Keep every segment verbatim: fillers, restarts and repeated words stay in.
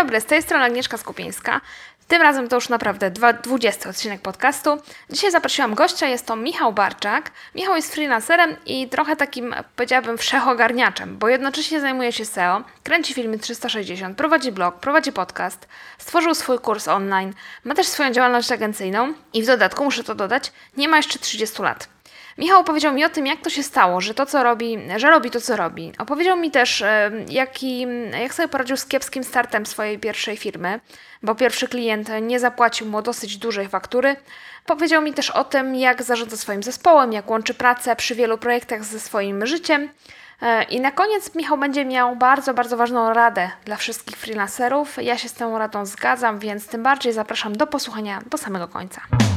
dobry, z tej strony Agnieszka Skupieńska. Tym razem to już naprawdę dwudziesty odcinek podcastu. Dzisiaj zaprosiłam gościa, jest to Michał Barczak. Michał jest freelancerem i trochę takim, powiedziałabym, wszechogarniaczem, bo jednocześnie zajmuje się S E O, kręci filmy trzysta sześćdziesiąt, prowadzi blog, prowadzi podcast, stworzył swój kurs online, ma też swoją działalność agencyjną i w dodatku, muszę to dodać, nie ma jeszcze trzydziestu lat. Michał opowiedział mi o tym, jak to się stało, że to, co robi, że robi to, co robi. Opowiedział mi też, jaki, jak sobie poradził z kiepskim startem swojej pierwszej firmy, bo pierwszy klient nie zapłacił mu dosyć dużej faktury. Powiedział mi też o tym, jak zarządza swoim zespołem, jak łączy pracę przy wielu projektach ze swoim życiem. I na koniec Michał będzie miał bardzo, bardzo ważną radę dla wszystkich freelancerów. Ja się z tą radą zgadzam, więc tym bardziej zapraszam do posłuchania do samego końca.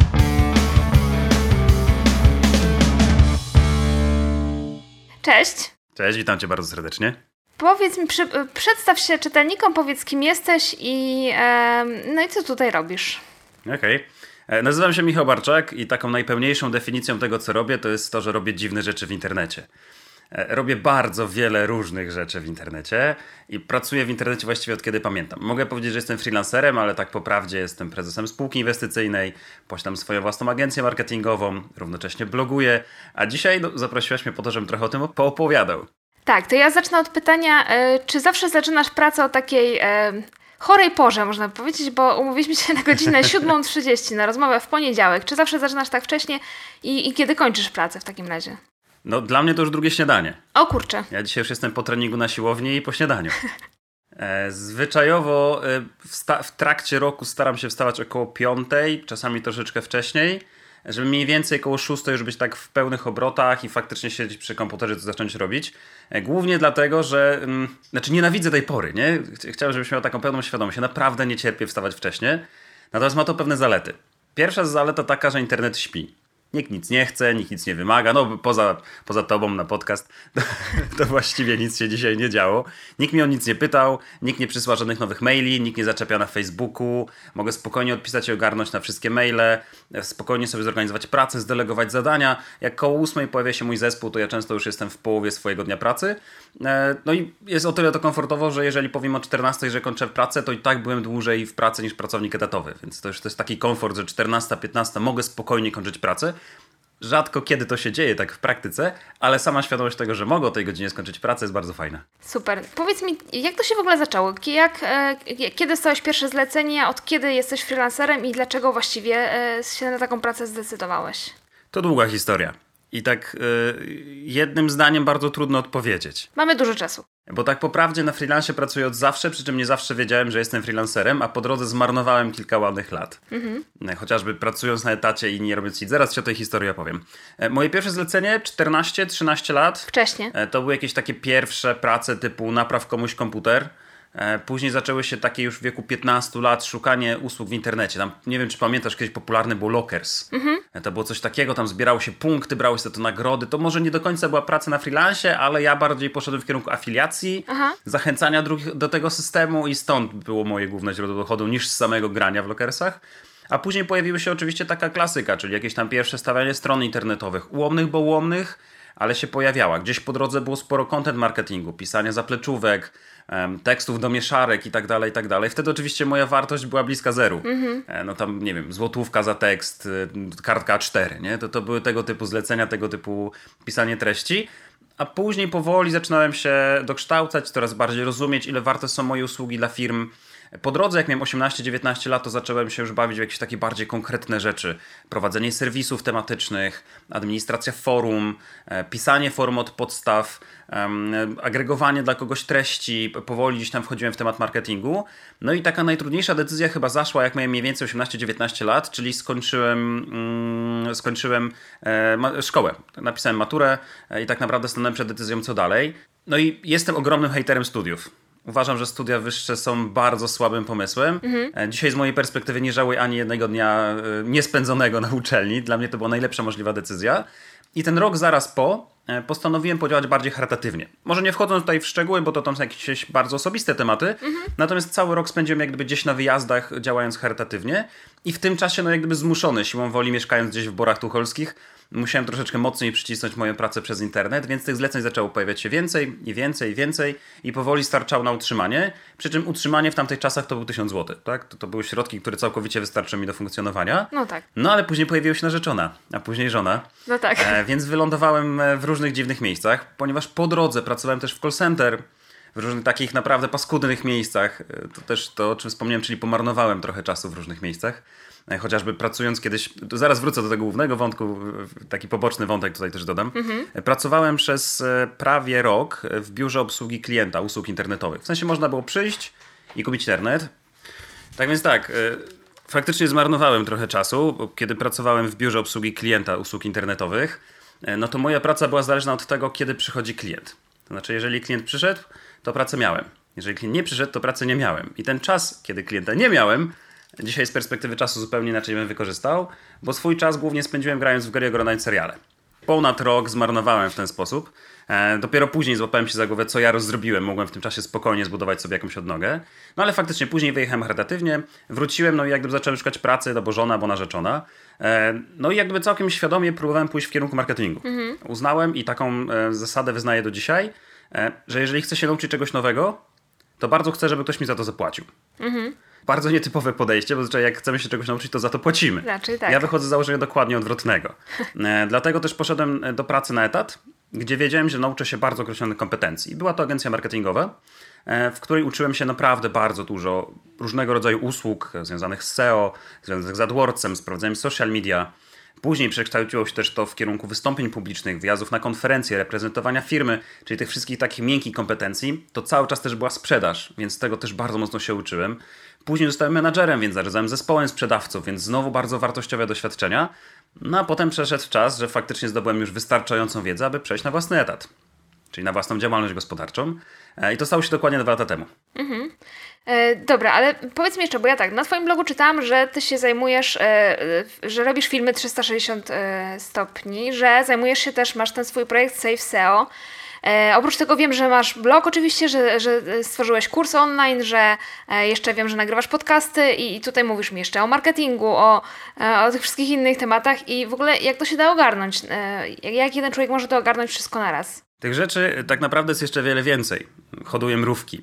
Cześć. Cześć, witam Cię bardzo serdecznie. Powiedz mi, przy, przedstaw się czytelnikom, powiedz kim jesteś i e, no i co tutaj robisz. Okej. Okay. Nazywam się Michał Barczak i taką najpełniejszą definicją tego, co robię, to jest to, że robię dziwne rzeczy w internecie. Robię bardzo wiele różnych rzeczy w internecie i pracuję w internecie właściwie od kiedy pamiętam. Mogę powiedzieć, że jestem freelancerem, ale tak po prawdzie jestem prezesem spółki inwestycyjnej, posiadam swoją własną agencję marketingową, równocześnie bloguję, a dzisiaj no, zaprosiłaś mnie po to, żebym trochę o tym poopowiadał. Tak, to ja zacznę od pytania, y, czy zawsze zaczynasz pracę o takiej... Y... chorej porze, można powiedzieć, bo umówiliśmy się na godzinę siódma trzydzieści na rozmowę w poniedziałek. Czy zawsze zaczynasz tak wcześnie i, i kiedy kończysz pracę w takim razie? No dla mnie to już drugie śniadanie. O kurczę. Ja dzisiaj już jestem po treningu na siłowni i po śniadaniu. E, zwyczajowo e, w, sta- w trakcie roku staram się wstawać około piątej, czasami troszeczkę wcześniej, żeby mniej więcej około szóstej już być tak w pełnych obrotach i faktycznie siedzieć przy komputerze, co zacząć robić. E, głównie dlatego, że... Mm, znaczy nienawidzę tej pory, nie? Chciałem, żebyś miał taką pełną świadomość. Ja naprawdę nie cierpię wstawać wcześnie. Natomiast ma to pewne zalety. Pierwsza zaleta taka, że internet śpi. Nikt nic nie chce, nikt nic nie wymaga. No poza, poza tobą na podcast to, to właściwie nic się dzisiaj nie działo. Nikt mnie o nic nie pytał, nikt nie przysłał żadnych nowych maili, nikt nie zaczepia na Facebooku. Mogę spokojnie odpisać i ogarnąć na wszystkie maile, spokojnie sobie zorganizować pracę, zdelegować zadania. Jak koło ósmej pojawia się mój zespół, to ja często już jestem w połowie swojego dnia pracy. No i jest o tyle to komfortowo, że jeżeli powiem o czternastej, że kończę pracę, to i tak byłem dłużej w pracy niż pracownik etatowy. Więc to już to jest taki komfort, że czternasta, piętnasta mogę spokojnie kończyć pracę. Rzadko kiedy to się dzieje tak w praktyce, ale sama świadomość tego, że mogę o tej godzinie skończyć pracę, jest bardzo fajna. Super. Powiedz mi, jak to się w ogóle zaczęło? Jak, e, kiedy dostałeś pierwsze zlecenie, od kiedy jesteś freelancerem i dlaczego właściwie e, się na taką pracę zdecydowałeś? To długa historia. I tak y, jednym zdaniem bardzo trudno odpowiedzieć. Mamy dużo czasu. Bo tak po prawdzie na freelancie pracuję od zawsze, przy czym nie zawsze wiedziałem, że jestem freelancerem, a po drodze zmarnowałem kilka ładnych lat. Mhm. Chociażby pracując na etacie i nie robiąc nic. Zaraz ci o tej historii opowiem. Moje pierwsze zlecenie, czternaście trzynaście lat. Wcześnie. To były jakieś takie pierwsze prace typu napraw komuś komputer. Później zaczęły się takie już w wieku piętnastu lat szukanie usług w internecie. Tam, nie wiem, czy pamiętasz, kiedyś popularny był Lockers. Mhm. To było coś takiego, tam zbierało się punkty, brały się to nagrody. To może nie do końca była praca na freelancie, ale ja bardziej poszedłem w kierunku afiliacji, Aha. zachęcania drugich do tego systemu i stąd było moje główne źródło dochodu niż z samego grania w Lockersach. A później pojawiła się oczywiście taka klasyka, czyli jakieś tam pierwsze stawianie stron internetowych. Ułomnych, bo ułomnych, ale się pojawiała. Gdzieś po drodze było sporo content marketingu, pisania zapleczówek, um, tekstów do mieszarek i tak dalej, i tak dalej. Wtedy oczywiście moja wartość była bliska zeru. Mm-hmm. E, no tam, nie wiem, złotówka za tekst, y, kartka A cztery, nie? To, to były tego typu zlecenia, tego typu pisanie treści. A później powoli zaczynałem się dokształcać, coraz bardziej rozumieć, ile warte są moje usługi dla firm. Po drodze, jak miałem osiemnaście dziewiętnaście lat, to zacząłem się już bawić w jakieś takie bardziej konkretne rzeczy. Prowadzenie serwisów tematycznych, administracja forum, pisanie forum od podstaw, um, agregowanie dla kogoś treści. Powoli gdzieś tam wchodziłem w temat marketingu. No i taka najtrudniejsza decyzja chyba zaszła, jak miałem mniej więcej osiemnaście dziewiętnaście lat, czyli skończyłem, mm, skończyłem e, ma- szkołę. Napisałem maturę e, i tak naprawdę stanąłem przed decyzją, co dalej. No i jestem ogromnym hejterem studiów. Uważam, że studia wyższe są bardzo słabym pomysłem. Mhm. Dzisiaj z mojej perspektywy nie żałuję ani jednego dnia niespędzonego na uczelni. Dla mnie to była najlepsza możliwa decyzja. I ten rok zaraz po postanowiłem podziałać bardziej charytatywnie. Może nie wchodząc tutaj w szczegóły, bo to tam są jakieś bardzo osobiste tematy. Mhm. Natomiast cały rok spędziłem jak gdyby gdzieś na wyjazdach, działając charytatywnie. I w tym czasie no jak gdyby zmuszony siłą woli, mieszkając gdzieś w Borach Tucholskich, musiałem troszeczkę mocniej przycisnąć moją pracę przez internet, więc tych zleceń zaczęło pojawiać się więcej i więcej i więcej i powoli starczało na utrzymanie, przy czym utrzymanie w tamtych czasach to był tysiąc złotych, tak? To, to były środki, które całkowicie wystarczyły mi do funkcjonowania. No tak. No ale później pojawiła się narzeczona, a później żona. No tak. E, więc wylądowałem w różnych dziwnych miejscach, ponieważ po drodze pracowałem też w call center, w różnych takich naprawdę paskudnych miejscach. To też to, o czym wspomniałem, czyli pomarnowałem trochę czasu w różnych miejscach. Chociażby pracując kiedyś, zaraz wrócę do tego głównego wątku, taki poboczny wątek tutaj też dodam. Mhm. Pracowałem przez prawie rok w biurze obsługi klienta, usług internetowych. W sensie można było przyjść i kupić internet. Tak więc tak, faktycznie zmarnowałem trochę czasu, bo kiedy pracowałem w biurze obsługi klienta usług internetowych, no to moja praca była zależna od tego, kiedy przychodzi klient. To znaczy, jeżeli klient przyszedł, to pracę miałem. Jeżeli klient nie przyszedł, to pracy nie miałem. I ten czas, kiedy klienta nie miałem, dzisiaj z perspektywy czasu zupełnie inaczej bym wykorzystał, bo swój czas głównie spędziłem grając w gry i oglądając seriale. Ponad rok zmarnowałem w ten sposób. E, dopiero później złapałem się za głowę, co ja rozdrobiłem. Mogłem w tym czasie spokojnie zbudować sobie jakąś odnogę. No ale faktycznie później wyjechałem charytatywnie, wróciłem, no i jak gdyby zacząłem szukać pracy, no bo żona, albo narzeczona. E, no i jak gdyby całkiem świadomie próbowałem pójść w kierunku marketingu. Mhm. Uznałem i taką e, zasadę wyznaję do dzisiaj, e, że jeżeli chcę się nauczyć czegoś nowego, to bardzo chcę, żeby ktoś mi za to zapłacił. Mhm. Bardzo nietypowe podejście, bo zazwyczaj jak chcemy się czegoś nauczyć, to za to płacimy. Raczej tak. Ja wychodzę z założenia dokładnie odwrotnego. E, dlatego też poszedłem do pracy na etat, gdzie wiedziałem, że nauczę się bardzo określonych kompetencji. Była to agencja marketingowa, e, w której uczyłem się naprawdę bardzo dużo różnego rodzaju usług związanych z S E O, związanych z AdWordsem, sprawdzaniem social media. Później przekształciło się też to w kierunku wystąpień publicznych, wyjazdów na konferencje, reprezentowania firmy, czyli tych wszystkich takich miękkich kompetencji. To cały czas też była sprzedaż, więc tego też bardzo mocno się uczyłem. Później zostałem menadżerem, więc zarządzałem zespołem sprzedawców, więc znowu bardzo wartościowe doświadczenia. No a potem przeszedł czas, że faktycznie zdobyłem już wystarczającą wiedzę, aby przejść na własny etat, czyli na własną działalność gospodarczą. I to stało się dokładnie dwa lata temu. Mhm. E, dobra, ale powiedz mi jeszcze, bo ja tak, na twoim blogu czytałam, że ty się zajmujesz, e, że robisz filmy trzysta sześćdziesiąt e, stopni, że zajmujesz się też, masz ten swój projekt Save S E O. E, oprócz tego wiem, że masz blog oczywiście, że, że stworzyłeś kurs online, że e, jeszcze wiem, że nagrywasz podcasty i, i tutaj mówisz mi jeszcze o marketingu, o, e, o tych wszystkich innych tematach i w ogóle jak to się da ogarnąć? E, jak jeden człowiek może to ogarnąć wszystko naraz? Tych rzeczy tak naprawdę jest jeszcze wiele więcej. Hoduję mrówki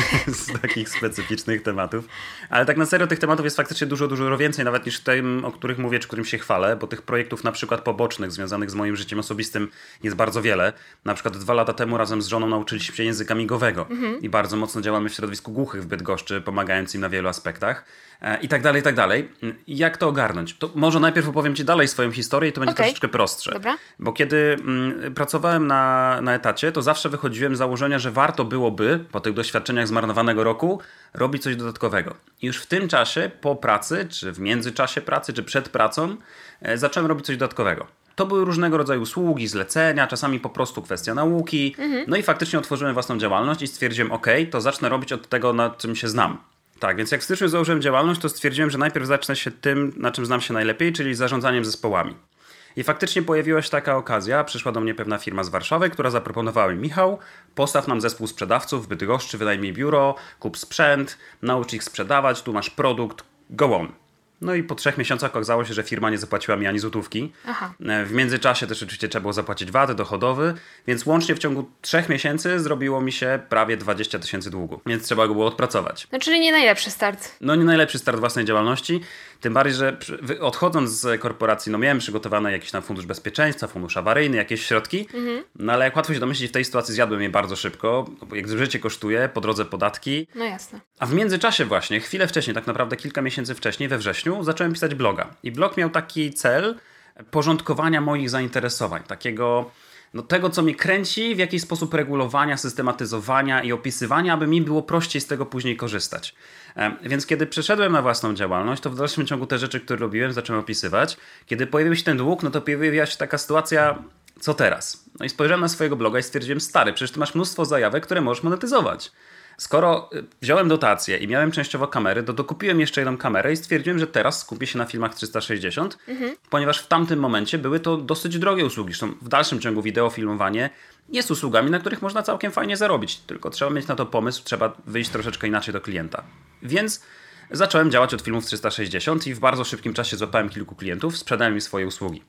z takich specyficznych tematów. Ale tak na serio tych tematów jest faktycznie dużo, dużo więcej nawet niż tym, o których mówię, czy którym się chwalę, bo tych projektów na przykład pobocznych związanych z moim życiem osobistym jest bardzo wiele. Na przykład dwa lata temu razem z żoną nauczyliśmy się języka migowego mhm. i bardzo mocno działamy w środowisku głuchych w Bydgoszczy, pomagając im na wielu aspektach. I tak dalej, i tak dalej. Jak to ogarnąć? To może najpierw opowiem ci dalej swoją historię i to będzie okay. troszeczkę prostsze. Dobra. Bo kiedy mm, pracowałem na, na etacie, to zawsze wychodziłem z założenia, że warto byłoby po tych doświadczeniach zmarnowanego roku robić coś dodatkowego. I już w tym czasie, po pracy, czy w międzyczasie pracy, czy przed pracą, e, zacząłem robić coś dodatkowego. To były różnego rodzaju usługi, zlecenia, czasami po prostu kwestia nauki. Mhm. No i faktycznie otworzyłem własną działalność i stwierdziłem, ok, to zacznę robić od tego, na czym się znam. Tak, więc jak w styczniu założyłem działalność, to stwierdziłem, że najpierw zacznę się tym, na czym znam się najlepiej, czyli zarządzaniem zespołami. I faktycznie pojawiła się taka okazja, przyszła do mnie pewna firma z Warszawy, która zaproponowała mi: Michał, postaw nam zespół sprzedawców w Bydgoszczy, wynajmij biuro, kup sprzęt, naucz ich sprzedawać, tu masz produkt, go on. No i po trzech miesiącach okazało się, że firma nie zapłaciła mi ani złotówki. Aha. W międzyczasie też oczywiście trzeba było zapłacić V A T dochodowy, więc łącznie w ciągu trzech miesięcy zrobiło mi się prawie dwadzieścia tysięcy długu, więc trzeba go było odpracować. No czyli nie najlepszy start. No nie najlepszy start własnej działalności, tym bardziej, że odchodząc z korporacji, no miałem przygotowane jakiś tam fundusz bezpieczeństwa, fundusz awaryjny, jakieś środki, mhm. no ale jak łatwo się domyślić, w tej sytuacji zjadłem je bardzo szybko, bo jak życie kosztuje, po drodze podatki. No jasne. A w międzyczasie właśnie, chwilę wcześniej, tak naprawdę kilka miesięcy wcześniej, we wrześniu, zacząłem pisać bloga. I blog miał taki cel porządkowania moich zainteresowań, takiego, no tego, co mnie kręci, w jakiś sposób regulowania, systematyzowania i opisywania, aby mi było prościej z tego później korzystać. Więc kiedy przeszedłem na własną działalność, to w dalszym ciągu te rzeczy, które robiłem, zacząłem opisywać. Kiedy pojawił się ten dług, no to pojawiła się taka sytuacja, co teraz? No i spojrzałem na swojego bloga i stwierdziłem: stary, przecież ty masz mnóstwo zajawek, które możesz monetyzować. Skoro wziąłem dotację i miałem częściowo kamery, to dokupiłem jeszcze jedną kamerę i stwierdziłem, że teraz skupię się na filmach trzysta sześćdziesiąt, mhm. ponieważ w tamtym momencie były to dosyć drogie usługi. Zresztą w dalszym ciągu wideofilmowanie jest usługami, na których można całkiem fajnie zarobić. Tylko trzeba mieć na to pomysł, trzeba wyjść troszeczkę inaczej do klienta. Więc zacząłem działać od filmów trzysta sześćdziesiąt i w bardzo szybkim czasie złapałem kilku klientów, sprzedałem im swoje usługi.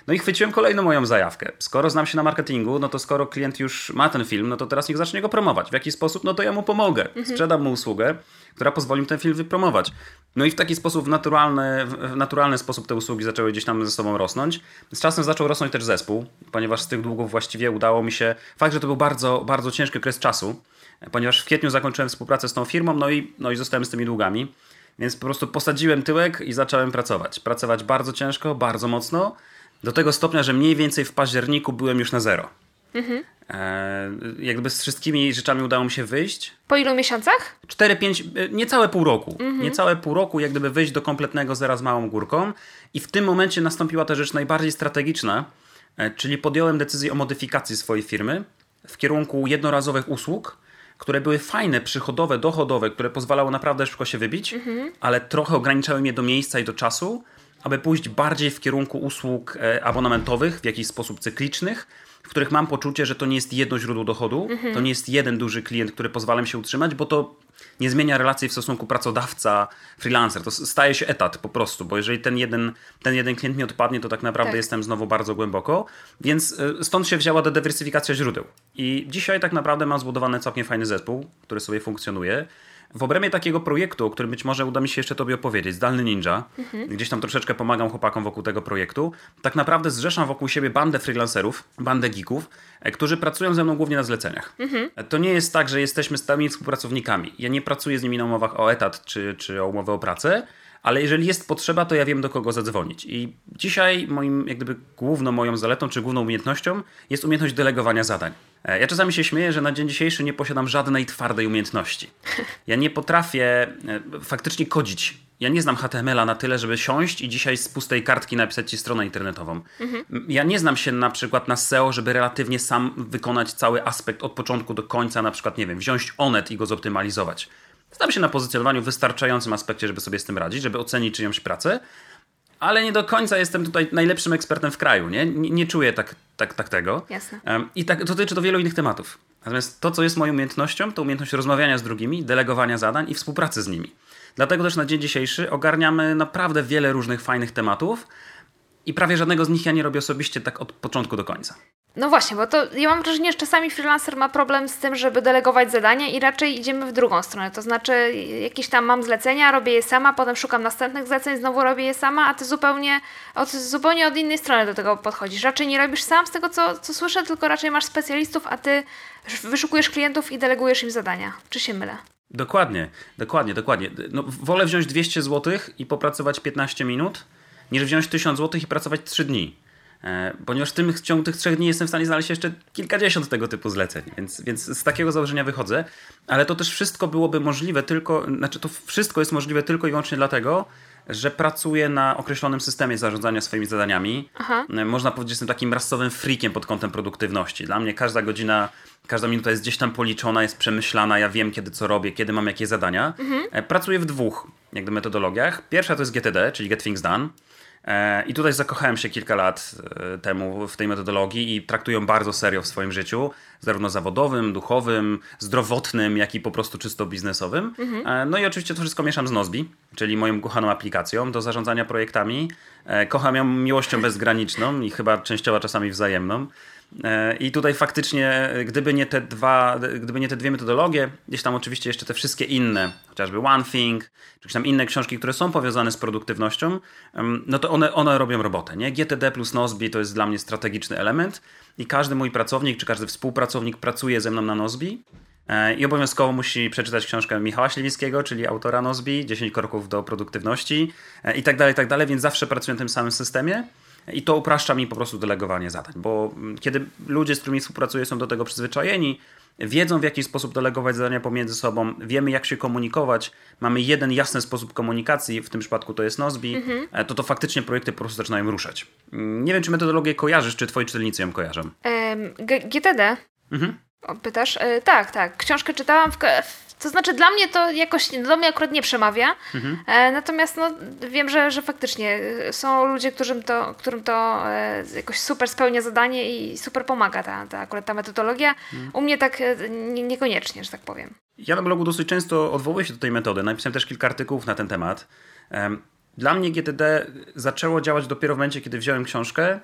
No i chwyciłem kolejną moją zajawkę. Skoro znam się na marketingu, no to skoro klient już ma ten film, no to teraz niech zacznie go promować. W jaki sposób? No to ja mu pomogę. Sprzedam mu usługę, która pozwoli mi ten film wypromować. No i w taki sposób, w naturalny, w naturalny sposób te usługi zaczęły gdzieś tam ze sobą rosnąć. Z czasem zaczął rosnąć też zespół, ponieważ z tych długów właściwie udało mi się... Fakt, że to był bardzo, bardzo ciężki okres czasu, ponieważ w kwietniu zakończyłem współpracę z tą firmą, no i, no i zostałem z tymi długami. Więc po prostu posadziłem tyłek i zacząłem pracować. Pracować bardzo ciężko, bardzo mocno. Do tego stopnia, że mniej więcej w październiku byłem już na zero. Mhm. E, jakby z wszystkimi rzeczami udało mi się wyjść. Po ilu miesiącach? cztery pięć, niecałe pół roku. Mhm. Niecałe pół roku, jak gdyby wyjść do kompletnego zera z małą górką. I w tym momencie nastąpiła ta rzecz najbardziej strategiczna, e, czyli podjąłem decyzję o modyfikacji swojej firmy w kierunku jednorazowych usług, które były fajne, przychodowe, dochodowe, które pozwalały naprawdę szybko się wybić, mhm. ale trochę ograniczały mnie do miejsca i do czasu, aby pójść bardziej w kierunku usług e, abonamentowych, w jakiś sposób cyklicznych, w których mam poczucie, że to nie jest jedno źródło dochodu, mhm. to nie jest jeden duży klient, który pozwala mi się utrzymać, bo to nie zmienia relacji w stosunku pracodawca-freelancer. To staje się etat po prostu, bo jeżeli ten jeden, ten jeden klient mi odpadnie, to tak naprawdę tak. jestem znowu bardzo głęboko. Więc stąd się wzięła dywersyfikacja źródeł. I dzisiaj tak naprawdę mam zbudowany całkiem fajny zespół, który sobie funkcjonuje. W obrębie takiego projektu, o którym być może uda mi się jeszcze tobie opowiedzieć, Zdalny Ninja, mhm. gdzieś tam troszeczkę pomagam chłopakom wokół tego projektu, tak naprawdę zrzeszam wokół siebie bandę freelancerów, bandę geeków, którzy pracują ze mną głównie na zleceniach. Mhm. To nie jest tak, że jesteśmy stałymi współpracownikami. Ja nie pracuję z nimi na umowach o etat czy, czy o umowę o pracę, ale jeżeli jest potrzeba, to ja wiem, do kogo zadzwonić. I dzisiaj moim, jak gdyby główną moją zaletą, czy główną umiejętnością jest umiejętność delegowania zadań. Ja czasami się śmieję, że na dzień dzisiejszy nie posiadam żadnej twardej umiejętności. Ja nie potrafię faktycznie kodzić. Ja nie znam H T M L a na tyle, żeby siąść i dzisiaj z pustej kartki napisać ci stronę internetową. Mhm. Ja nie znam się na przykład na S E O, żeby relatywnie sam wykonać cały aspekt od początku do końca, na przykład, nie wiem, wziąć Onet i go zoptymalizować. Znam się na pozycjonowaniu w wystarczającym aspekcie, żeby sobie z tym radzić, żeby ocenić czyjąś pracę, ale nie do końca jestem tutaj najlepszym ekspertem w kraju, nie? Nie, nie czuję tak, tak, tak tego. Jasne. I tak dotyczy to wielu innych tematów. Natomiast to, co jest moją umiejętnością, to umiejętność rozmawiania z drugimi, delegowania zadań i współpracy z nimi. Dlatego też na dzień dzisiejszy ogarniamy naprawdę wiele różnych fajnych tematów i prawie żadnego z nich ja nie robię osobiście tak od początku do końca. No właśnie, bo to ja mam wrażenie, że czasami freelancer ma problem z tym, żeby delegować zadania i raczej idziemy w drugą stronę. To znaczy jakieś tam mam zlecenia, robię je sama, potem szukam następnych zleceń, znowu robię je sama, a ty zupełnie od, zupełnie od innej strony do tego podchodzisz. Raczej nie robisz sam z tego, co, co słyszę, tylko raczej masz specjalistów, a ty wyszukujesz klientów i delegujesz im zadania. Czy się mylę? Dokładnie, dokładnie, dokładnie. No, wolę wziąć dwieście złotych i popracować piętnaście minut, niż wziąć tysiąc złotych i pracować trzy dni. Ponieważ w, tym, w ciągu tych trzech dni jestem w stanie znaleźć jeszcze kilkadziesiąt tego typu zleceń, więc, więc z takiego założenia wychodzę, ale to też wszystko byłoby możliwe tylko, znaczy to wszystko jest możliwe tylko i wyłącznie dlatego, że pracuję na określonym systemie zarządzania swoimi zadaniami. Aha. Można powiedzieć, że jestem takim rasowym freakiem pod kątem produktywności. Dla mnie każda godzina, każda minuta jest gdzieś tam policzona, jest przemyślana, ja wiem kiedy co robię, kiedy mam jakie zadania. Mhm. Pracuję w dwóch jakby metodologiach. Pierwsza to jest G T D, czyli Get Things Done. I tutaj zakochałem się kilka lat temu w tej metodologii i traktuję ją bardzo serio w swoim życiu, zarówno zawodowym, duchowym, zdrowotnym, jak i po prostu czysto biznesowym. Mhm. No i oczywiście to wszystko mieszam z Nozbi, czyli moją kochaną aplikacją do zarządzania projektami. Kocham ją miłością bezgraniczną i chyba częściowo czasami wzajemną. I tutaj faktycznie, gdyby nie te dwa, gdyby nie te dwie metodologie, gdzieś tam oczywiście jeszcze te wszystkie inne, chociażby One Thing, czy tam inne książki, które są powiązane z produktywnością, no to one, one robią robotę, nie? G T D plus Nozbi to jest dla mnie strategiczny element i każdy mój pracownik, czy każdy współpracownik pracuje ze mną na Nozbi i obowiązkowo musi przeczytać książkę Michała Śliwińskiego, czyli autora Nozbi, dziesięć kroków do produktywności i tak dalej, i tak dalej, więc zawsze pracuję w tym samym systemie. I to upraszcza mi po prostu delegowanie zadań, bo kiedy ludzie, z którymi współpracuję, są do tego przyzwyczajeni, wiedzą w jaki sposób delegować zadania pomiędzy sobą, wiemy jak się komunikować, mamy jeden jasny sposób komunikacji, w tym przypadku to jest Nozbi, mhm. to to faktycznie projekty po prostu zaczynają ruszać. Nie wiem, czy metodologię kojarzysz, czy twoi czytelnicy ją kojarzą? Um, G T D? Mhm. O, pytasz? E, tak, tak. Książkę czytałam w... To znaczy dla mnie to jakoś, do mnie akurat nie przemawia, mhm. e, natomiast no, wiem, że, że faktycznie są ludzie, którym to, którym to e, jakoś super spełnia zadanie i super pomaga ta, ta akurat ta metodologia. Mhm. U mnie tak e, nie, niekoniecznie, że tak powiem. Ja na blogu dosyć często odwołuję się do tej metody. Napisałem też kilka artykułów na ten temat. Dla mnie G T D zaczęło działać dopiero w momencie, kiedy wziąłem książkę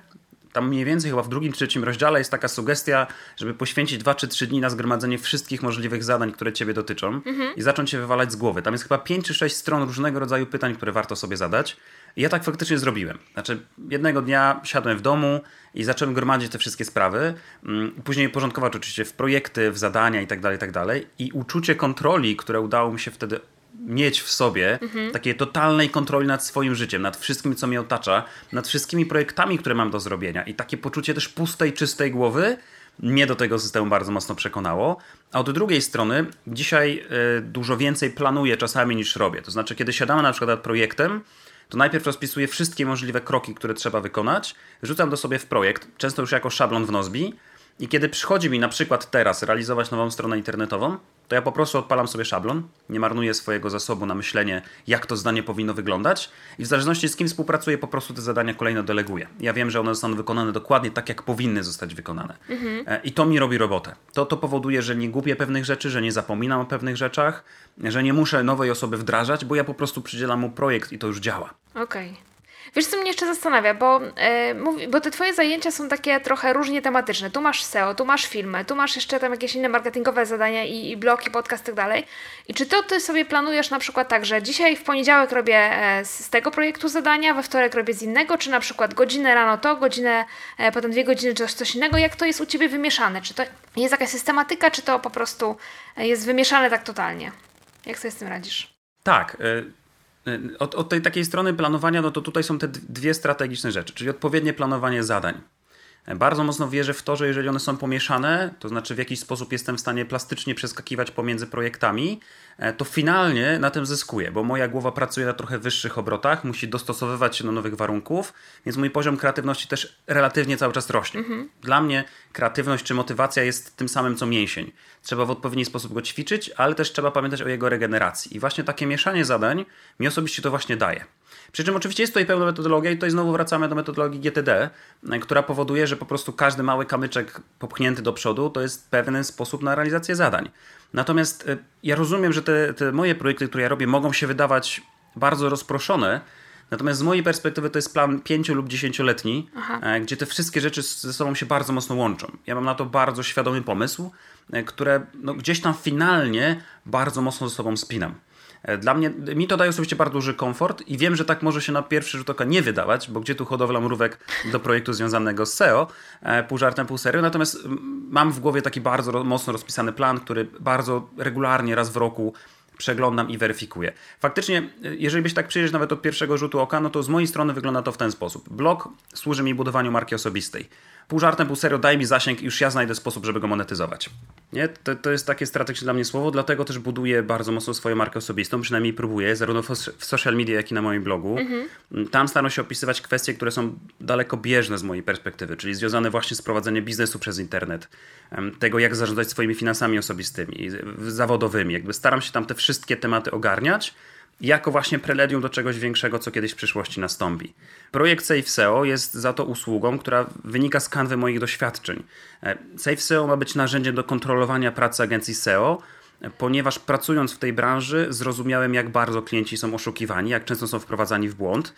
Tam mniej więcej chyba w drugim, trzecim rozdziale jest taka sugestia, żeby poświęcić dwa czy trzy dni na zgromadzenie wszystkich możliwych zadań, które ciebie dotyczą mhm. i zacząć się wywalać z głowy. Tam jest chyba pięć czy sześć stron różnego rodzaju pytań, które warto sobie zadać. I ja tak faktycznie zrobiłem. Znaczy jednego dnia siadłem w domu i zacząłem gromadzić te wszystkie sprawy. Później porządkować oczywiście w projekty, w zadania i tak dalej, i tak dalej. I uczucie kontroli, które udało mi się wtedy mieć w sobie, mhm. takiej totalnej kontroli nad swoim życiem, nad wszystkim, co mnie otacza, nad wszystkimi projektami, które mam do zrobienia i takie poczucie też pustej, czystej głowy mnie do tego systemu bardzo mocno przekonało. A od drugiej strony dzisiaj y, dużo więcej planuję czasami niż robię. To znaczy, kiedy siadamy na przykład nad projektem, to najpierw rozpisuję wszystkie możliwe kroki, które trzeba wykonać, rzucam to sobie w projekt, często już jako szablon w Nozbi i kiedy przychodzi mi na przykład teraz realizować nową stronę internetową, to ja po prostu odpalam sobie szablon, nie marnuję swojego zasobu na myślenie, jak to zdanie powinno wyglądać i w zależności z kim współpracuję, po prostu te zadania kolejno deleguję. Ja wiem, że one zostaną wykonane dokładnie tak, jak powinny zostać wykonane. Mhm. I to mi robi robotę. To, to powoduje, że nie gubię pewnych rzeczy, że nie zapominam o pewnych rzeczach, że nie muszę nowej osoby wdrażać, bo ja po prostu przydzielam mu projekt i to już działa. Okej. Okay. Wiesz, co mnie jeszcze zastanawia, bo, yy, mówi, bo te twoje zajęcia są takie trochę różnie tematyczne. Tu masz S E O, tu masz filmy, tu masz jeszcze tam jakieś inne marketingowe zadania i, i blogi, podcast i tak dalej. I czy to ty sobie planujesz na przykład tak, że dzisiaj w poniedziałek robię e, z tego projektu zadania, we wtorek robię z innego, czy na przykład godzinę rano to, godzinę, e, potem dwie godziny coś, coś innego? Jak to jest u ciebie wymieszane? Czy to jest jakaś systematyka, czy to po prostu jest wymieszane tak totalnie? Jak sobie z tym radzisz? Tak, y- Od, od tej takiej strony planowania, no to tutaj są te dwie strategiczne rzeczy, czyli odpowiednie planowanie zadań. Bardzo mocno wierzę w to, że jeżeli one są pomieszane, to znaczy w jakiś sposób jestem w stanie plastycznie przeskakiwać pomiędzy projektami, to finalnie na tym zyskuję, bo moja głowa pracuje na trochę wyższych obrotach, musi dostosowywać się do nowych warunków, więc mój poziom kreatywności też relatywnie cały czas rośnie. Mhm. Dla mnie kreatywność czy motywacja jest tym samym co mięsień. Trzeba w odpowiedni sposób go ćwiczyć, ale też trzeba pamiętać o jego regeneracji. I właśnie takie mieszanie zadań mi osobiście to właśnie daje. Przy czym oczywiście jest tutaj pełna metodologia i tutaj znowu wracamy do metodologii G T D, która powoduje, że po prostu każdy mały kamyczek popchnięty do przodu to jest pewien sposób na realizację zadań. Natomiast ja rozumiem, że te, te moje projekty, które ja robię, mogą się wydawać bardzo rozproszone, natomiast z mojej perspektywy to jest plan pięcio- lub dziesięcioletni, Aha. gdzie te wszystkie rzeczy ze sobą się bardzo mocno łączą. Ja mam na to bardzo świadomy pomysł, które no, gdzieś tam finalnie bardzo mocno ze sobą spinam. Dla mnie, mi to daje osobiście bardzo duży komfort i wiem, że tak może się na pierwszy rzut oka nie wydawać, bo gdzie tu hodowla mrówek do projektu związanego z S E O, pół żartem, pół serio, natomiast mam w głowie taki bardzo mocno rozpisany plan, który bardzo regularnie, raz w roku przeglądam i weryfikuję. Faktycznie, jeżeli byś tak przyjrzeć nawet od pierwszego rzutu oka, no to z mojej strony wygląda to w ten sposób. Blog służy mi budowaniu marki osobistej. Pół żartem, pół serio, daj mi zasięg i już ja znajdę sposób, żeby go monetyzować. Nie? To, to jest takie strategiczne dla mnie słowo, dlatego też buduję bardzo mocno swoją markę osobistą, przynajmniej próbuję, zarówno w social media, jak i na moim blogu. Mhm. Tam staram się opisywać kwestie, które są dalekobieżne z mojej perspektywy, czyli związane właśnie z prowadzeniem biznesu przez internet, tego jak zarządzać swoimi finansami osobistymi, zawodowymi. Jakby staram się tam te wszystkie tematy ogarniać, jako właśnie preledium do czegoś większego, co kiedyś w przyszłości nastąpi. Projekt Save S E O jest za to usługą, która wynika z kanwy moich doświadczeń. Save S E O ma być narzędziem do kontrolowania pracy agencji S E O, ponieważ pracując w tej branży zrozumiałem, jak bardzo klienci są oszukiwani, jak często są wprowadzani w błąd.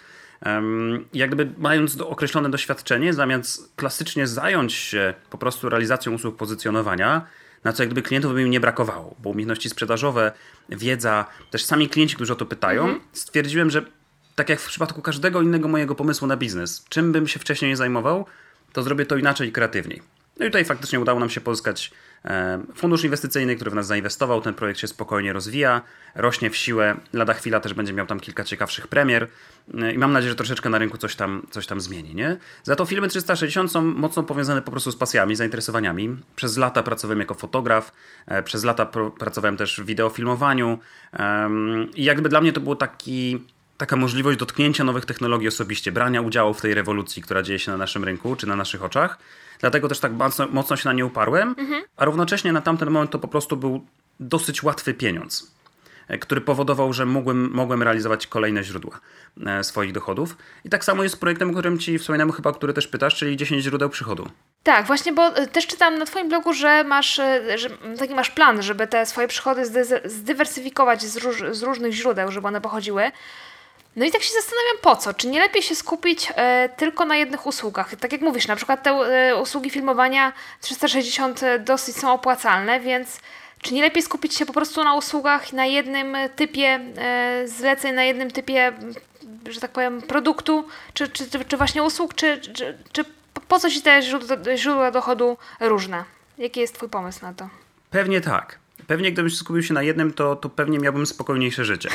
Um, jakby mając do, określone doświadczenie, zamiast klasycznie zająć się po prostu realizacją usług pozycjonowania, na co jak gdyby klientów by mi nie brakowało, bo umiejętności sprzedażowe, wiedza, też sami klienci, którzy o to pytają, mhm. stwierdziłem, że tak jak w przypadku każdego innego mojego pomysłu na biznes, czym bym się wcześniej nie zajmował, to zrobię to inaczej i kreatywniej. No i tutaj faktycznie udało nam się pozyskać e, fundusz inwestycyjny, który w nas zainwestował. Ten projekt się spokojnie rozwija, rośnie w siłę. Lada chwila też będzie miał tam kilka ciekawszych premier e, i mam nadzieję, że troszeczkę na rynku coś tam, coś tam zmieni. Nie? Za to filmy trzysta sześćdziesiąt są mocno powiązane po prostu z pasjami, zainteresowaniami. Przez lata pracowałem jako fotograf, e, przez lata pro, pracowałem też w wideofilmowaniu e, i jakby dla mnie to było taki... taka możliwość dotknięcia nowych technologii osobiście, brania udziału w tej rewolucji, która dzieje się na naszym rynku, czy na naszych oczach. Dlatego też tak mocno, mocno się na nie uparłem, mhm. a równocześnie na tamten moment to po prostu był dosyć łatwy pieniądz, który powodował, że mógłbym, mogłem realizować kolejne źródła swoich dochodów. I tak samo jest z projektem, o którym ci wspominałem chyba, który też pytasz, czyli dziesięć źródeł przychodu. Tak, właśnie, bo też czytałam na twoim blogu, że masz że taki masz plan, żeby te swoje przychody zdy- zdywersyfikować z, róż- z różnych źródeł, żeby one pochodziły. No i tak się zastanawiam, po co? Czy nie lepiej się skupić e, tylko na jednych usługach? Tak jak mówisz, na przykład te e, usługi filmowania trzysta sześćdziesiąt dosyć są opłacalne, więc czy nie lepiej skupić się po prostu na usługach, na jednym typie e, zleceń, na jednym typie, że tak powiem, produktu, czy, czy, czy, czy właśnie usług, czy, czy, czy po co ci te źródła, źródła dochodu różne? Jaki jest twój pomysł na to? Pewnie tak. Pewnie gdybym skupił się na jednym, to, to pewnie miałbym spokojniejsze życie.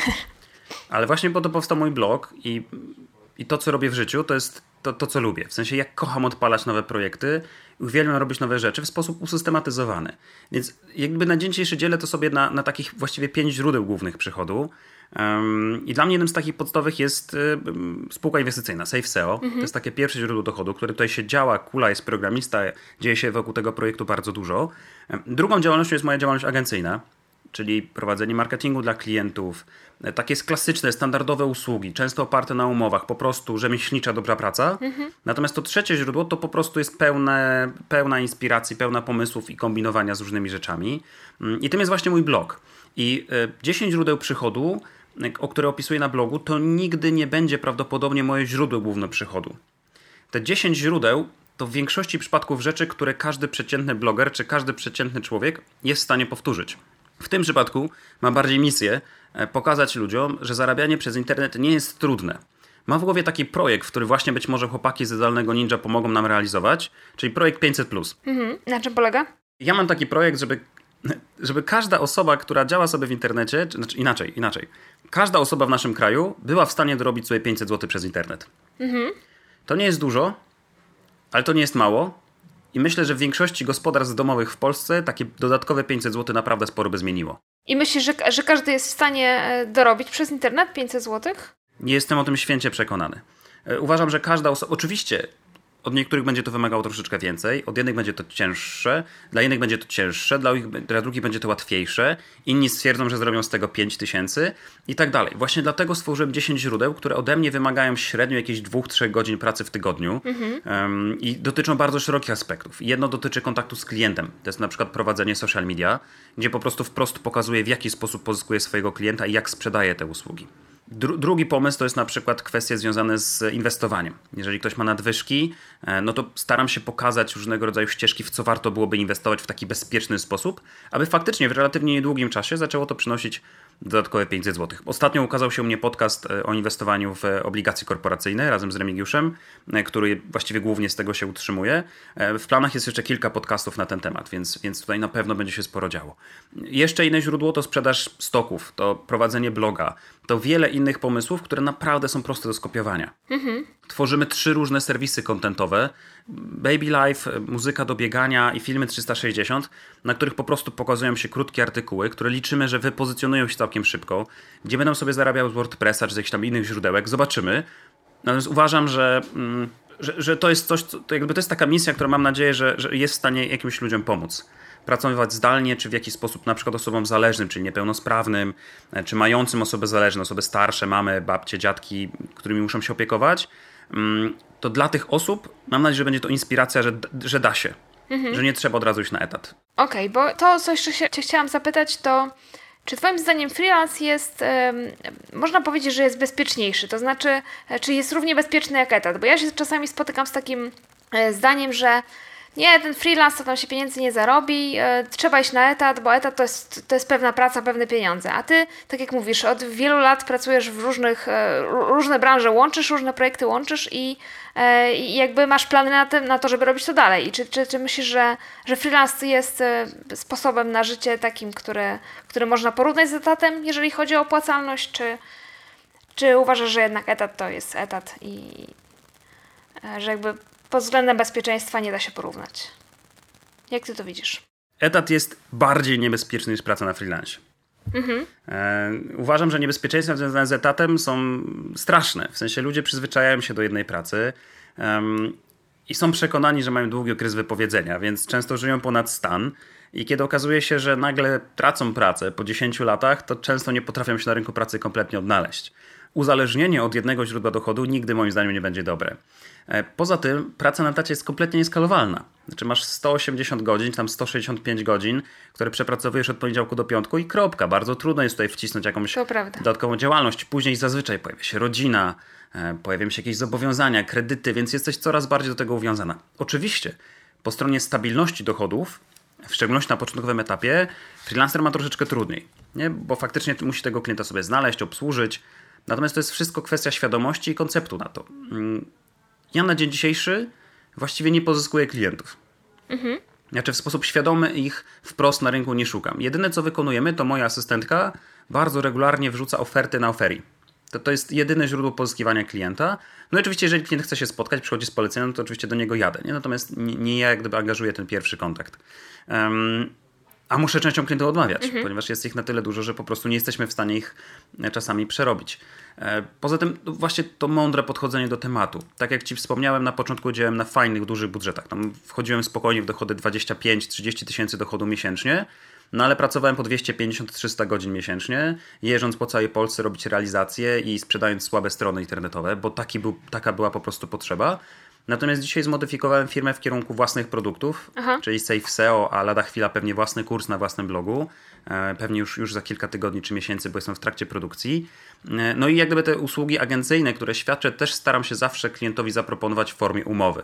Ale właśnie po to powstał mój blog i, i to, co robię w życiu, to jest to, to, co lubię. W sensie, jak kocham odpalać nowe projekty, uwielbiam robić nowe rzeczy w sposób usystematyzowany. Więc jakby na dzień dzisiejszy dzielę to sobie na, na takich właściwie pięć źródeł głównych przychodu. Um, I dla mnie jednym z takich podstawowych jest um, spółka inwestycyjna, Safe S E O. Mhm. To jest takie pierwsze źródło dochodu, które tutaj się działa, kula, jest programista, dzieje się wokół tego projektu bardzo dużo. Um, drugą działalnością jest moja działalność agencyjna, czyli prowadzenie marketingu dla klientów, takie klasyczne, standardowe usługi, często oparte na umowach, po prostu rzemieślnicza, dobra praca. Mhm. Natomiast to trzecie źródło to po prostu jest pełne, pełna inspiracji, pełna pomysłów i kombinowania z różnymi rzeczami. I tym jest właśnie mój blog. I dziesięć źródeł przychodu, o które opisuję na blogu, to nigdy nie będzie prawdopodobnie moje źródło główne przychodu. Te dziesięć źródeł to w większości przypadków rzeczy, które każdy przeciętny bloger czy każdy przeciętny człowiek jest w stanie powtórzyć. W tym przypadku mam bardziej misję pokazać ludziom, że zarabianie przez internet nie jest trudne. Mam w głowie taki projekt, który właśnie być może chłopaki z Idealnego Ninja pomogą nam realizować, czyli projekt pięćset plus. Mhm. Na czym polega? Ja mam taki projekt, żeby, żeby każda osoba, która działa sobie w internecie, czy, znaczy inaczej, inaczej, każda osoba w naszym kraju była w stanie dorobić sobie pięćset złotych przez internet. Mhm. To nie jest dużo, ale to nie jest mało. I myślę, że w większości gospodarstw domowych w Polsce takie dodatkowe pięćset złotych naprawdę sporo by zmieniło. I myślisz, że, że każdy jest w stanie dorobić przez internet pięćset złotych? Nie jestem o tym święcie przekonany. Uważam, że każda osoba... Oczywiście od niektórych będzie to wymagało troszeczkę więcej, od jednych będzie to cięższe, dla innych będzie to cięższe, dla, dla drugich będzie to łatwiejsze, inni stwierdzą, że zrobią z tego pięć tysięcy i tak dalej. Właśnie dlatego stworzyłem dziesięć źródeł, które ode mnie wymagają średnio jakieś dwóch do trzech godzin pracy w tygodniu mhm. um, i dotyczą bardzo szerokich aspektów. Jedno dotyczy kontaktu z klientem, to jest na przykład prowadzenie social media, gdzie po prostu wprost pokazuję, w jaki sposób pozyskuje swojego klienta i jak sprzedaje te usługi. Dru- drugi pomysł to jest na przykład kwestie związane z inwestowaniem. Jeżeli ktoś ma nadwyżki, no to staram się pokazać różnego rodzaju ścieżki, w co warto byłoby inwestować w taki bezpieczny sposób, aby faktycznie w relatywnie niedługim czasie zaczęło to przynosić dodatkowe pięćset złotych. Ostatnio ukazał się u mnie podcast o inwestowaniu w obligacje korporacyjne razem z Remigiuszem, który właściwie głównie z tego się utrzymuje. W planach jest jeszcze kilka podcastów na ten temat, więc, więc tutaj na pewno będzie się sporo działo. Jeszcze inne źródło to sprzedaż stoków, to prowadzenie bloga, to wiele innych pomysłów, które naprawdę są proste do skopiowania. Mhm. Tworzymy trzy różne serwisy kontentowe, Baby Life, muzyka do biegania i filmy trzysta sześćdziesiąt, na których po prostu pokazują się krótkie artykuły, które liczymy, że wypozycjonują się całkiem szybko, gdzie będą sobie zarabiały z WordPressa czy z jakichś tam innych źródełek. Zobaczymy. Natomiast uważam, że, mm, że, że to jest coś, to jakby to jest taka misja, która mam nadzieję, że, że jest w stanie jakimś ludziom pomóc. Pracować zdalnie, czy w jakiś sposób na przykład osobom zależnym, czyli niepełnosprawnym, czy mającym osoby zależne, osoby starsze, mamy, babcie, dziadki, którymi muszą się opiekować, to dla tych osób mam nadzieję, że będzie to inspiracja, że, że da się, mhm. że nie trzeba od razu iść na etat. Okej, okay, bo to, co jeszcze się, cię chciałam zapytać, to czy twoim zdaniem freelance jest, um, można powiedzieć, że jest bezpieczniejszy? To znaczy, czy jest równie bezpieczny jak etat? Bo ja się czasami spotykam z takim e, zdaniem, że nie, ten freelance to tam się pieniędzy nie zarobi, e, trzeba iść na etat, bo etat to jest, to jest pewna praca, pewne pieniądze. A ty, tak jak mówisz, od wielu lat pracujesz w różnych, e, różne branże łączysz, różne projekty łączysz i, e, i jakby masz plany na, tym, na to, żeby robić to dalej. I czy, czy, czy myślisz, że, że freelance jest e, sposobem na życie takim, który, który można porównać z etatem, jeżeli chodzi o opłacalność, czy, czy uważasz, że jednak etat to jest etat i e, że jakby pod względem bezpieczeństwa nie da się porównać? Jak ty to widzisz? Etat jest bardziej niebezpieczny niż praca na freelancie. Mhm. E, uważam, że niebezpieczeństwa związane z etatem są straszne. W sensie ludzie przyzwyczajają się do jednej pracy um, i są przekonani, że mają długi okres wypowiedzenia, więc często żyją ponad stan. I kiedy okazuje się, że nagle tracą pracę po dziesięciu latach, to często nie potrafią się na rynku pracy kompletnie odnaleźć. Uzależnienie od jednego źródła dochodu nigdy moim zdaniem nie będzie dobre. Poza tym praca na etacie jest kompletnie nieskalowalna. Znaczy masz sto osiemdziesiąt godzin, tam sto sześćdziesiąt pięć godzin, które przepracowujesz od poniedziałku do piątku i kropka. Bardzo trudno jest tutaj wcisnąć jakąś dodatkową działalność. Później zazwyczaj pojawia się rodzina, pojawiają się jakieś zobowiązania, kredyty, więc jesteś coraz bardziej do tego uwiązana. Oczywiście po stronie stabilności dochodów, w szczególności na początkowym etapie, freelancer ma troszeczkę trudniej, nie? Bo faktycznie musi tego klienta sobie znaleźć, obsłużyć. Natomiast to jest wszystko kwestia świadomości i konceptu na to. Ja na dzień dzisiejszy właściwie nie pozyskuję klientów. Mhm. Znaczy w sposób świadomy ich wprost na rynku nie szukam. Jedyne co wykonujemy, to moja asystentka bardzo regularnie wrzuca oferty na Oferi. To, to jest jedyne źródło pozyskiwania klienta. No i oczywiście jeżeli klient chce się spotkać, przychodzi z poleceniem, to oczywiście do niego jadę. Nie? Natomiast nie, nie ja jak gdyby angażuję ten pierwszy kontakt. Um, a muszę częścią klientów odmawiać, mhm. ponieważ jest ich na tyle dużo, że po prostu nie jesteśmy w stanie ich czasami przerobić. Poza tym właśnie to mądre podchodzenie do tematu. Tak jak Ci wspomniałem, na początku działałem na fajnych, dużych budżetach. Tam wchodziłem spokojnie w dochody dwadzieścia pięć trzydzieści tysięcy dochodu miesięcznie, no ale pracowałem po dwieście pięćdziesiąt trzysta godzin miesięcznie, jeżdżąc po całej Polsce robić realizacje i sprzedając słabe strony internetowe, bo taki był, taka była po prostu potrzeba. Natomiast dzisiaj zmodyfikowałem firmę w kierunku własnych produktów, Aha. czyli Safe S E O, a lada chwila pewnie własny kurs na własnym blogu. Pewnie już, już za kilka tygodni czy miesięcy, bo jestem w trakcie produkcji. No i jak gdyby te usługi agencyjne, które świadczę, też staram się zawsze klientowi zaproponować w formie umowy.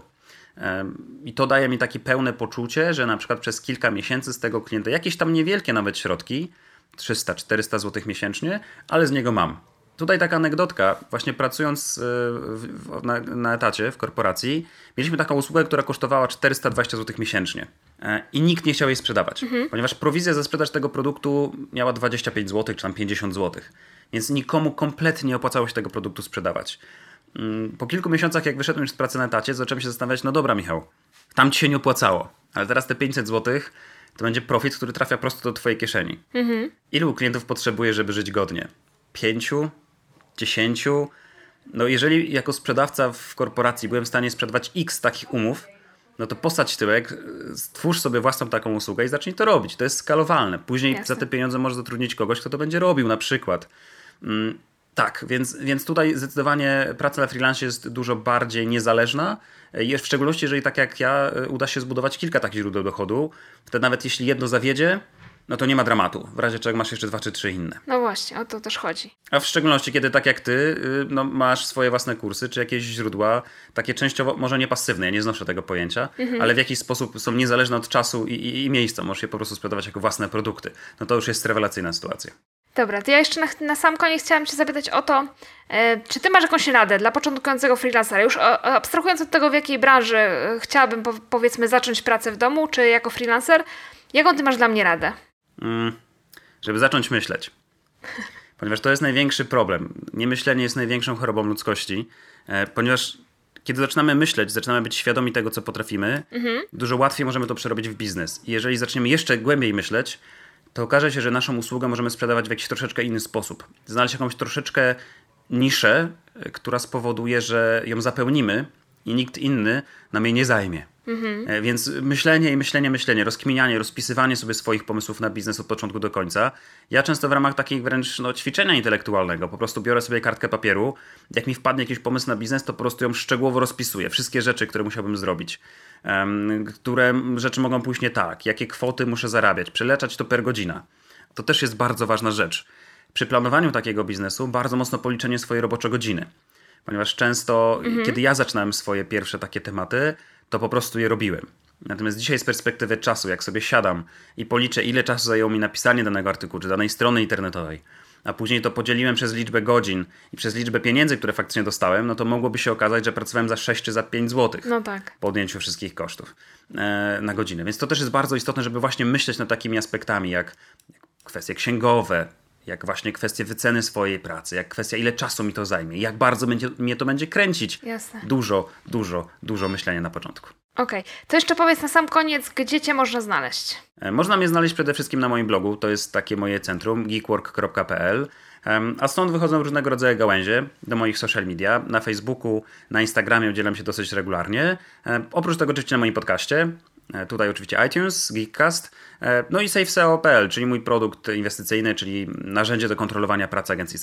I to daje mi takie pełne poczucie, że na przykład przez kilka miesięcy z tego klienta, jakieś tam niewielkie nawet środki, trzysta czterysta złotych miesięcznie, ale z niego mam. Tutaj taka anegdotka, właśnie pracując w, na, na etacie w korporacji, mieliśmy taką usługę, która kosztowała czterysta dwadzieścia złotych miesięcznie i nikt nie chciał jej sprzedawać, mhm. ponieważ prowizja za sprzedaż tego produktu miała dwadzieścia pięć złotych czy tam pięćdziesiąt złotych, więc nikomu kompletnie nie opłacało się tego produktu sprzedawać. Po kilku miesiącach, jak wyszedłem już z pracy na etacie, zacząłem się zastanawiać, no dobra Michał, tam ci się nie opłacało, ale teraz te pięćset złotych to będzie profit, który trafia prosto do twojej kieszeni. Mhm. Ilu klientów potrzebuje, żeby żyć godnie? Pięciu? Dziesięciu? No jeżeli jako sprzedawca w korporacji byłem w stanie sprzedawać x takich umów, no to posadź tyłek, stwórz sobie własną taką usługę i zacznij to robić. To jest skalowalne. Później Jasne. Za te pieniądze możesz zatrudnić kogoś, kto to będzie robił na przykład. Mm, tak, więc, więc tutaj zdecydowanie praca na freelancie jest dużo bardziej niezależna. I w szczególności, jeżeli tak jak ja uda się zbudować kilka takich źródeł dochodu, wtedy nawet jeśli jedno zawiedzie, no to nie ma dramatu. W razie czego masz jeszcze dwa czy trzy inne. No właśnie, o to też chodzi. A w szczególności, kiedy tak jak ty, no, masz swoje własne kursy, czy jakieś źródła, takie częściowo, może nie pasywne, ja nie znoszę tego pojęcia, mhm. ale w jakiś sposób są niezależne od czasu i, i, i miejsca. Możesz je po prostu sprzedawać jako własne produkty. No to już jest rewelacyjna sytuacja. Dobra, to ja jeszcze na, na sam koniec chciałam Cię zapytać o to, e, czy Ty masz jakąś radę dla początkującego freelancera? Już o, abstrahując od tego, w jakiej branży e, chciałabym po, powiedzmy zacząć pracę w domu, czy jako freelancer, jaką Ty masz dla mnie radę? Mm, żeby zacząć myśleć. Ponieważ to jest największy problem. Niemyślenie jest największą chorobą ludzkości, e, ponieważ kiedy zaczynamy myśleć, zaczynamy być świadomi tego, co potrafimy, mhm. dużo łatwiej możemy to przerobić w biznes. I jeżeli zaczniemy jeszcze głębiej myśleć, to okaże się, że naszą usługę możemy sprzedawać w jakiś troszeczkę inny sposób. Znaleźć jakąś troszeczkę niszę, która spowoduje, że ją zapełnimy i nikt inny nam jej nie zajmie. Mhm. Więc myślenie i myślenie, myślenie, rozkminianie, rozpisywanie sobie swoich pomysłów na biznes od początku do końca. Ja często w ramach takiej wręcz no, ćwiczenia intelektualnego po prostu biorę sobie kartkę papieru, jak mi wpadnie jakiś pomysł na biznes, to po prostu ją szczegółowo rozpisuję. Wszystkie rzeczy, które musiałbym zrobić. Um, które rzeczy mogą pójść nie tak, jakie kwoty muszę zarabiać, przeleczać to per godzina. To też jest bardzo ważna rzecz. Przy planowaniu takiego biznesu bardzo mocno policzenie swojej robocze godziny. Ponieważ często, mhm. kiedy ja zaczynałem swoje pierwsze takie tematy, to po prostu je robiłem. Natomiast dzisiaj z perspektywy czasu, jak sobie siadam i policzę, ile czasu zajęło mi napisanie danego artykułu, czy danej strony internetowej, a później to podzieliłem przez liczbę godzin i przez liczbę pieniędzy, które faktycznie dostałem, no to mogłoby się okazać, że pracowałem za sześć czy za pięć złotych no tak. po odjęciu wszystkich kosztów e, na godzinę. Więc to też jest bardzo istotne, żeby właśnie myśleć nad takimi aspektami, jak, jak kwestie księgowe, jak właśnie kwestie wyceny swojej pracy, jak kwestia ile czasu mi to zajmie, jak bardzo będzie, mnie to będzie kręcić. Jasne. Dużo, dużo, dużo myślenia na początku. Okej. Okay. To jeszcze powiedz na sam koniec, gdzie Cię można znaleźć? Można mnie znaleźć przede wszystkim na moim blogu, to jest takie moje centrum, geekwork kropka p l, a stąd wychodzą różnego rodzaju gałęzie do moich social media. Na Facebooku, na Instagramie udzielam się dosyć regularnie. Oprócz tego oczywiście na moim podcaście, tutaj oczywiście iTunes, Geekcast, no i safe S E O kropka p l, czyli mój produkt inwestycyjny, czyli narzędzie do kontrolowania pracy agencji S E O.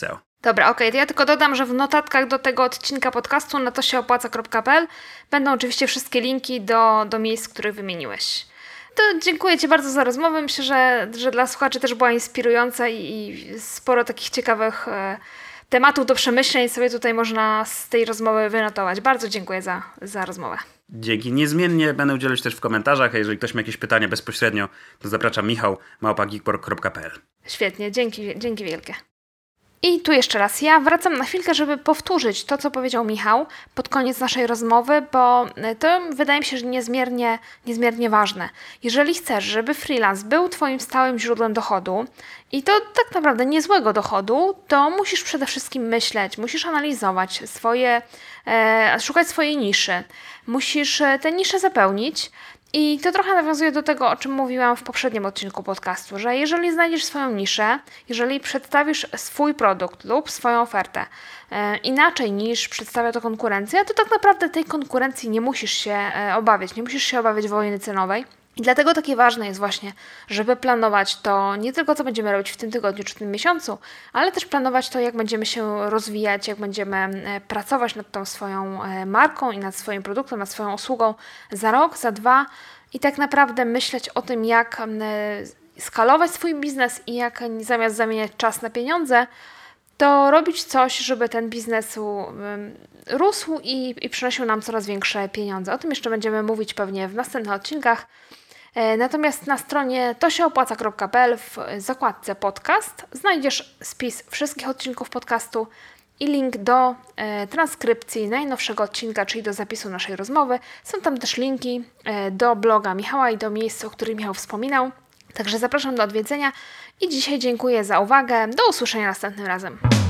Dobra, okej, to ja tylko dodam, że w notatkach do tego odcinka podcastu na to się opłaca kropka pe el będą oczywiście wszystkie linki do, do miejsc, których wymieniłeś. To dziękuję Ci bardzo za rozmowę. Myślę, że, że dla słuchaczy też była inspirująca i, i sporo takich ciekawych e, tematów do przemyśleń sobie tutaj można z tej rozmowy wynotować. Bardzo dziękuję za, za rozmowę. Dzięki. Niezmiennie będę udzielać też w komentarzach, a jeżeli ktoś ma jakieś pytania bezpośrednio, to zapraszam Michał, małpa geekport kropka pe el. Świetnie, dzięki, dzięki wielkie. I tu jeszcze raz, ja wracam na chwilkę, żeby powtórzyć to, co powiedział Michał pod koniec naszej rozmowy, bo to wydaje mi się, że niezmiernie, niezmiernie ważne. Jeżeli chcesz, żeby freelance był Twoim stałym źródłem dochodu i to tak naprawdę niezłego dochodu, to musisz przede wszystkim myśleć, musisz analizować swoje, e, szukać swojej niszy, musisz te nisze zapełnić. I to trochę nawiązuje do tego, o czym mówiłam w poprzednim odcinku podcastu, że jeżeli znajdziesz swoją niszę, jeżeli przedstawisz swój produkt lub swoją ofertę e, inaczej niż przedstawia to konkurencja, to tak naprawdę tej konkurencji nie musisz się e, obawiać, nie musisz się obawiać wojny cenowej. I dlatego takie ważne jest właśnie, żeby planować to nie tylko, co będziemy robić w tym tygodniu czy w tym miesiącu, ale też planować to, jak będziemy się rozwijać, jak będziemy pracować nad tą swoją marką i nad swoim produktem, nad swoją usługą za rok, za dwa i tak naprawdę myśleć o tym, jak skalować swój biznes i jak zamiast zamieniać czas na pieniądze, to robić coś, żeby ten biznes rósł i, i przynosił nam coraz większe pieniądze. O tym jeszcze będziemy mówić pewnie w następnych odcinkach. Natomiast na stronie to się opłaca kropka pe el w zakładce podcast znajdziesz spis wszystkich odcinków podcastu i link do e, transkrypcji najnowszego odcinka, czyli do zapisu naszej rozmowy. Są tam też linki e, do bloga Michała i do miejsc, o których Michał wspominał. Także zapraszam do odwiedzenia i dzisiaj dziękuję za uwagę. Do usłyszenia następnym razem.